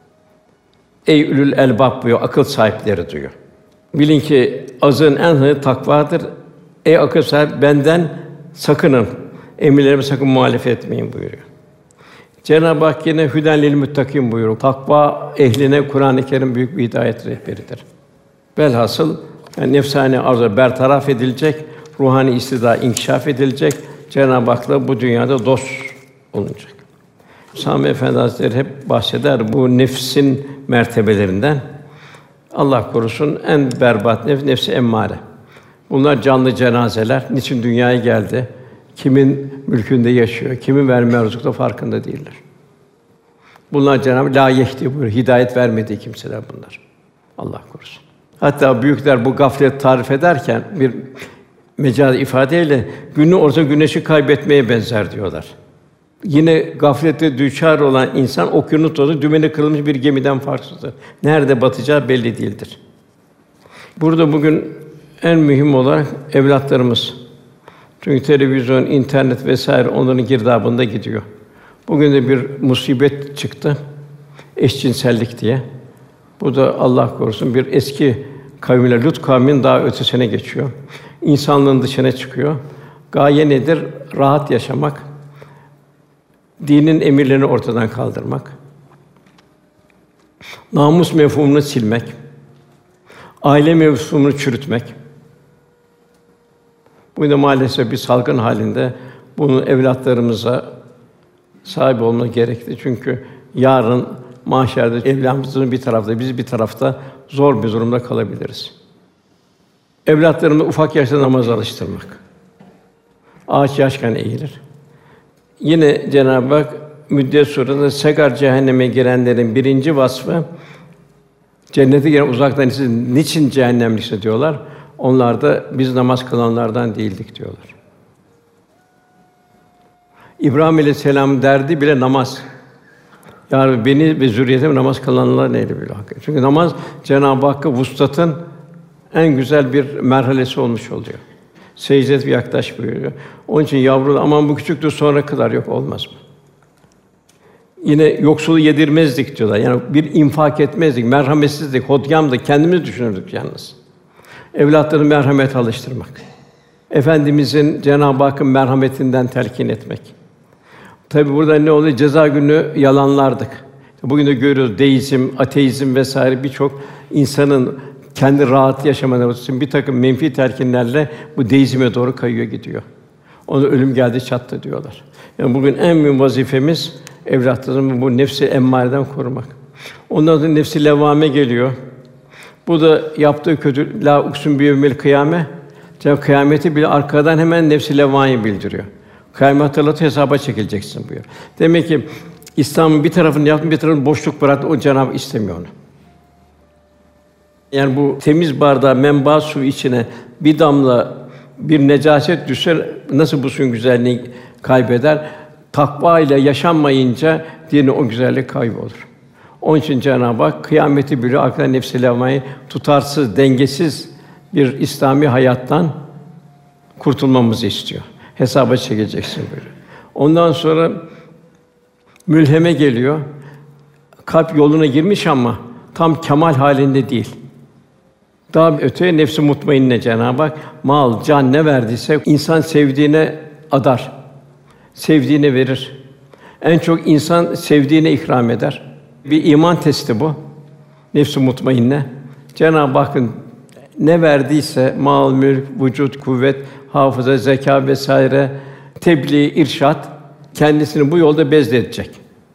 Ey ulul elbab buyuruyor, akıl sahipleri diyor. Bilin ki azığın en hayırlı takvadır. Ey akıl sahibi benden sakının. Emirlerime sakın muhalefet etmeyin buyuruyor. Cenab-ı Hak yine hüden lil muttakin buyuruyor. Takva ehline Kur'an-ı Kerim büyük bir hidayet rehberidir. Velhasıl yani nefsani arzular bertaraf edilecek, ruhani istida inkişaf edilecek. Cenab-ı Hak'la bu dünyada dost olunacak. Sami Efendi Hazretleri hep bahseder bu nefsin mertebelerinden. Allah korusun en berbat nefs nefs-i emmare. Bunlar canlı cenazeler. Niçin dünyaya geldi? Kimin mülkünde yaşıyor? Kimin verme rızkında farkında değiller. Bunlar Cenab-ı la yehdi buyuruyor. Hidayet vermediği kimseler bunlar. Allah korusun. Hatta büyükler bu gaflet tarif ederken bir mecaz ifadeyle günü orta güneşi kaybetmeye benzer diyorlar. Yine gaflete düçar olan insan okyanus dolu dümeni kırılmış bir gemiden farksızdır. Nerede batacağı belli değildir. Burada bugün en mühim olarak evlatlarımız. Çünkü televizyon, internet vesaire onların girdabında gidiyor. Bugün de bir musibet çıktı. Eşcinsellik diye. Bu da Allah korusun bir eski kavimler Lut kavminin daha ötesine geçiyor. İnsanlığın dışına çıkıyor. Gaye nedir? Rahat yaşamak. Dinin emirlerini ortadan kaldırmak. Namus mefhumunu silmek. Aile mefhumunu çürütmek. Bu da maalesef bir salgın halinde bunu evlatlarımıza sahip olmak gerekli. Çünkü yarın mahşerde evlatımızın bir tarafta, biz bir tarafta zor bir durumda kalabiliriz. Evlatlarımızı ufak yaşta namaza alıştırmak. Ağaç yaşken eğilir. Yine Cenab-ı Hak Müddessir Sûresi'nde Segar cehenneme girenlerin birinci vasfı cennete giren uzaktan siz niçin cehennemlikse diyorlar. Onlar da biz namaz kılanlardan değildik diyorlar. İbrahim Aleyhisselam derdi bile namaz. Ya Rabbi beni ve zürriyetimi namaz kılanlar neyle biliyor hakkı. Çünkü namaz Cenab-ı Hakk'a vuslatın en güzel bir merhalesi olmuş oluyor. Secde yaklaş buyuruyor. Onun için yavru aman bu küçüktür sonra kadar yok olmaz mı? Yine yoksulu yedirmezdik diyorlar. Yani bir infak etmezdik, merhametsizdik, hodgamdık, kendimiz düşünürdük yalnız. Evlatları merhamet alıştırmak. Efendimizin Cenab-ı Hakk'ın merhametinden telkin etmek. Tabi burada ne oluyor? Ceza günü yalanlardık. Bugün de görüyoruz deizm, ateizm vesaire birçok insanın kendi rahat yaşamaları için bir takım menfi telkinlerle bu deizme doğru kayıyor gidiyor. Ona ölüm geldi çattı diyorlar. Yani bugün en mühim vazifemiz evlatlarımızı bu nefs-i emmareden korumak. Ondan sonra nefs-i levvame geliyor. Bu da yaptığı kötü la uksun bi yevmil kıyame. Cenab-ı kıyameti bile arkadan hemen nefs-i levvameyi bildiriyor. Kıyamet hatırlat hesaba çekileceksin buyuruyor. Demek ki İslam'ın bir tarafını yaptı, bir tarafını boşluk bıraktı. O Cenab-ı istemiyor onu. Yani bu temiz bardağa menba su içine bir damla bir necaset düşse nasıl bu suyun güzelliğini kaybeder? Takva ile yaşanmayınca dinin o güzellik kaybolur. Onun için Cenab-ı Hak kıyameti biliyor, arkadan nefs-i levvameyi tutarsız, dengesiz bir İslami hayattan kurtulmamızı istiyor. Hesaba çekileceksin böyle. Ondan sonra mülheme geliyor. Kalp yoluna girmiş ama tam kemal halinde değil. Daha öteye nefs-i mutmainne Cenab-ı Hak mal, can ne verdiyse insan sevdiğine adar. Sevdiğine verir. En çok insan sevdiğine ikram eder. Bir iman testi bu. Nefs-i mutmainne. Cenab-ı Hakk'ın ne verdiyse mal, mülk, vücut, kuvvet, hafıza, zeka vesaire, tebliğ, irşad kendisini bu yolda bezledecek.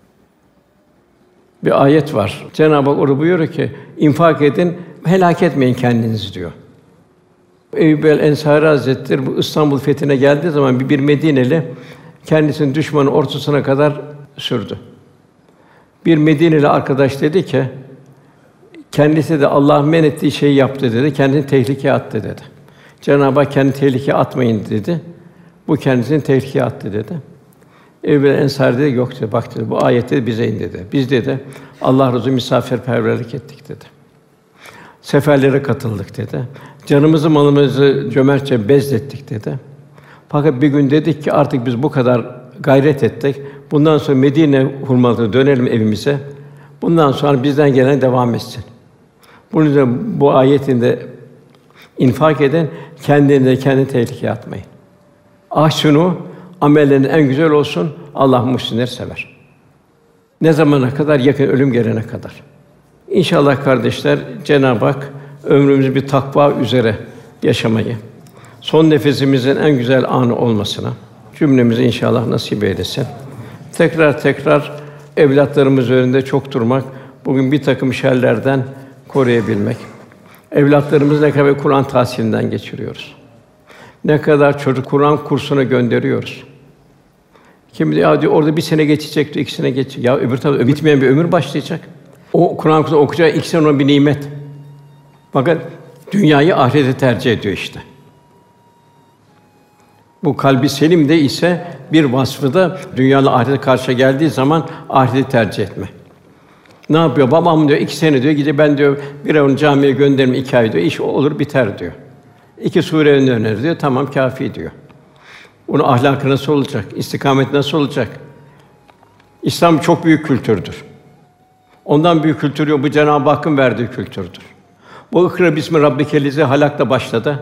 Bir ayet var. Cenab-ı Hak orada buyuruyor ki infak edin, helak etmeyin kendinizi diyor. Eyyub el-Ensari Hazretleri bu İstanbul fethine geldiği zaman bir, bir Medineli kendisini düşmanın ortasına kadar sürdü. Bir Medineli arkadaş dedi ki, kendisi de Allah'ın men ettiği şeyi yaptı dedi, kendini tehlikeye attı dedi. Cenab-ı Hak kendini tehlikeye atmayın dedi. Bu kendisini tehlikeye attı dedi. Eyyub el-Ensari dedi, yok dedi, bak dedi, bu ayet dedi, bize indi dedi. Biz dedi, Allah razı misafirperverlik ettik dedi. Seferlere katıldık dedi. Canımızı, malımızı cömertçe bezlettik dedi. Fakat bir gün dedik ki artık biz bu kadar gayret ettik. Bundan sonra Medine hurmalarına dönelim evimize. Bundan sonra bizden gelen devam etsin. Bunun üzerine bu ayetinde infak edin, kendinize kendi tehlikeye atmayın. Ahsinu, amellerin en güzel olsun. Allah muhsinleri sever. Ne zamana kadar? Yakın ölüm gelene kadar. İnşallah kardeşler, Cenab-ı Hak ömrümüzü bir takva üzere yaşamayı, son nefesimizin en güzel anı olmasına cümlemize inşallah nasip eylesin. Tekrar tekrar evlatlarımız üzerinde çok durmak, bugün bir takım şerlerden koruyabilmek. Evlatlarımızı ne kadar Kur'an tahsilinden geçiriyoruz. Ne kadar çocuk Kur'an kursuna gönderiyoruz. Kim diyor, ya diyor, orada bir sene geçecek diyor, iki sene geçecek. Ya öbür tarafta bitmeyen bir ömür başlayacak. O Kur'an kursunu okuyacağı iki sene ona bir nimet. Fakat dünyayı ahirete tercih ediyor işte. Bu kalbi selim de ise bir vasfı da dünyayla ahirete karşı geldiği zaman ahireti tercih etme. Ne yapıyor? Babam diyor iki sene diyor, gidip ben diyor bir ay onu camiye gönderim iki ay diyor, iş olur biter diyor. İki sure öner diyor, tamam kâfi diyor. Onun ahlakı nasıl olacak? İstikamet nasıl olacak? İslam çok büyük kültürdür. Ondan büyük kültür yok. Bu Cenab-ı Hakk'ın verdiği kültürdür. Bu ikra bismi rabbikellezî halakla başladı.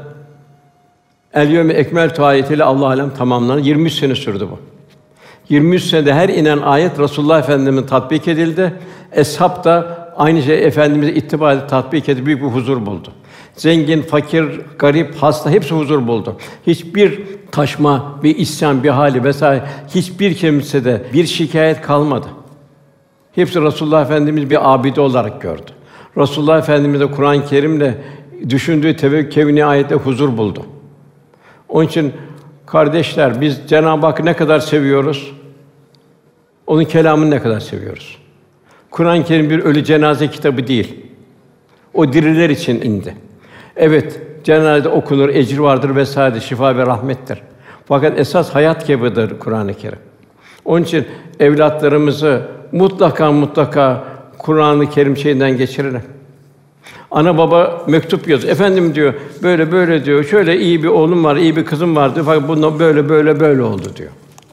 El yevme ekmeltu ayetiyle Allah alem tamamlandı. yirmi üç sene sürdü bu. yirmi üç senede her inen ayet Resulullah Efendimiz'e tatbik edildi. Eshab da aynı şey Efendimiz'e ittiba edip tatbik edip büyük bir huzur buldu. Zengin, fakir, garip, hasta hepsi huzur buldu. Hiçbir taşma, bir isyan, bir hali vesaire hiçbir kimsede bir şikayet kalmadı. Hepsi Resulullah Efendimiz bir abide olarak gördü. Resulullah Efendimiz de Kur'an-ı Kerim'le düşündüğü tevekkül kevni ayette huzur buldu. Onun için kardeşler, biz Cenab-ı Hakk'ı ne kadar seviyoruz? Onun kelamını ne kadar seviyoruz? Kur'an-ı Kerim bir ölü cenaze kitabı değil. O diriler için indi. Evet, cenaze okunur, ecir vardır vesaire, şifa ve rahmettir. Fakat esas hayat kitabıdır Kur'an-ı Kerim. Onun için evlatlarımızı mutlaka mutlaka Kur'an-ı Kerim şeyinden geçirelim. Ana baba mektup yazıyor. Efendim diyor, böyle böyle diyor. Şöyle iyi bir oğlum var, iyi bir kızım var diyor. Fakat bundan böyle böyle böyle oldu diyor.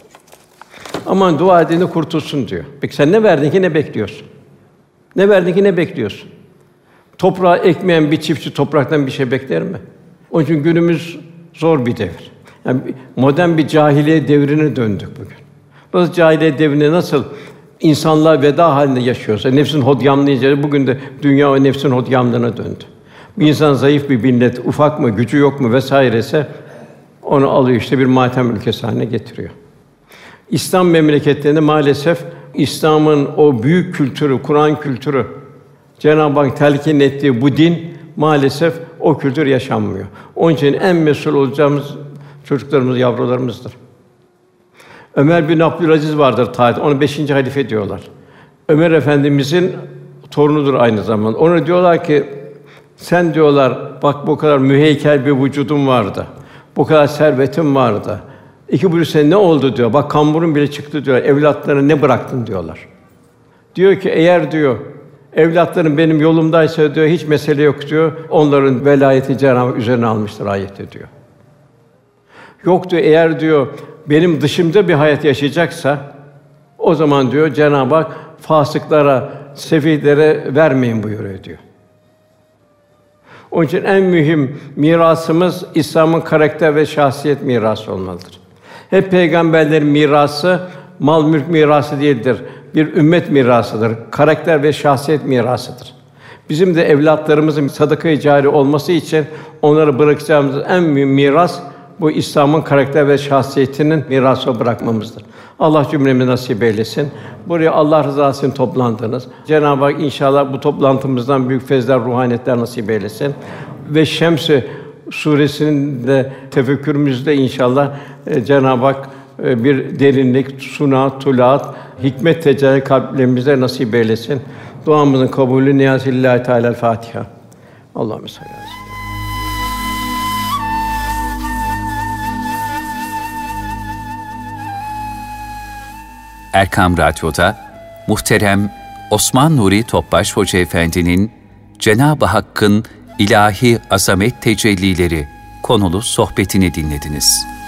Aman dua edin de kurtulsun diyor. Peki sen ne verdin ki ne bekliyorsun? Ne verdin ki ne bekliyorsun? Toprağı ekmeyen bir çiftçi topraktan bir şey bekler mi? Onun için günümüz zor bir devir. Yani modern bir cahiliye devrine döndük bugün. Nasıl cahiliye devrinde nasıl insanlığa veda halinde yaşıyorsa, nefsin hodgamlığı bugün de dünya o nefsin hodgamlığına döndü. Bir insan zayıf bir millet, ufak mı, gücü yok mu vesairese onu alıyor işte bir matem ülkesi haline getiriyor. İslam memleketlerinde maalesef İslam'ın o büyük kültürü, Kur'an kültürü, Cenab-ı Hak telkin ettiği bu din maalesef o kültür yaşanmıyor. Onun için en mesul olacağımız çocuklarımız, yavrularımızdır. Ömer bin Abdülaziz vardır tarihte. Onu beşinci halife diyorlar. Ömer Efendimizin torunudur aynı zamanda. Ona diyorlar ki sen diyorlar bak bu kadar müheykel bir vücudun vardı. Bu kadar servetin vardı. İki buçuk sene ne oldu diyor. Bak kamburun bile çıktı diyor. Evlatlarına ne bıraktın diyorlar. Diyor ki eğer diyor evlatlarım benim yolumdaysa diyor hiç mesele yok diyor. Onların velayeti Cenab-ı Hak üzerine almıştır ayette diyor. Yok diyor eğer diyor benim dışımda bir hayat yaşayacaksa o zaman diyor Cenab-ı Hak fasıklara, sefihlere vermeyin buyuruyor diyor. Onun için en mühim mirasımız İslam'ın karakter ve şahsiyet mirası olmalıdır. Hep peygamberlerin mirası mal mülk mirası değildir. Bir ümmet mirasıdır. Karakter ve şahsiyet mirasıdır. Bizim de evlatlarımızın sadaka-i cari olması için onlara bırakacağımız en mühim miras bu İslam'ın karakter ve şahsiyetinin mirası bırakmamızdır. Allah cümlemize nasip eylesin. Buraya Allah rızası için toplandınız. Cenab-ı Hak inşallah bu toplantımızdan büyük feyzler, ruhaniyetler nasip eylesin. Ve şems-i suresinin de tefekkürümüzde inşallah e, Cenab-ı Hak e, bir derinlik, sunat, tulat, hikmet tecelli kalplerimize nasip eylesin. Duamızın kabulü niyazillâhi Teâlâ Fâtiha. Allahümme salli aleyhi ve sellem. Erkam Radyo'da muhterem Osman Nuri Topbaş Hoca Efendi'nin Cenab-ı Hakk'ın ilahi azamet tecellileri konulu sohbetini dinlediniz.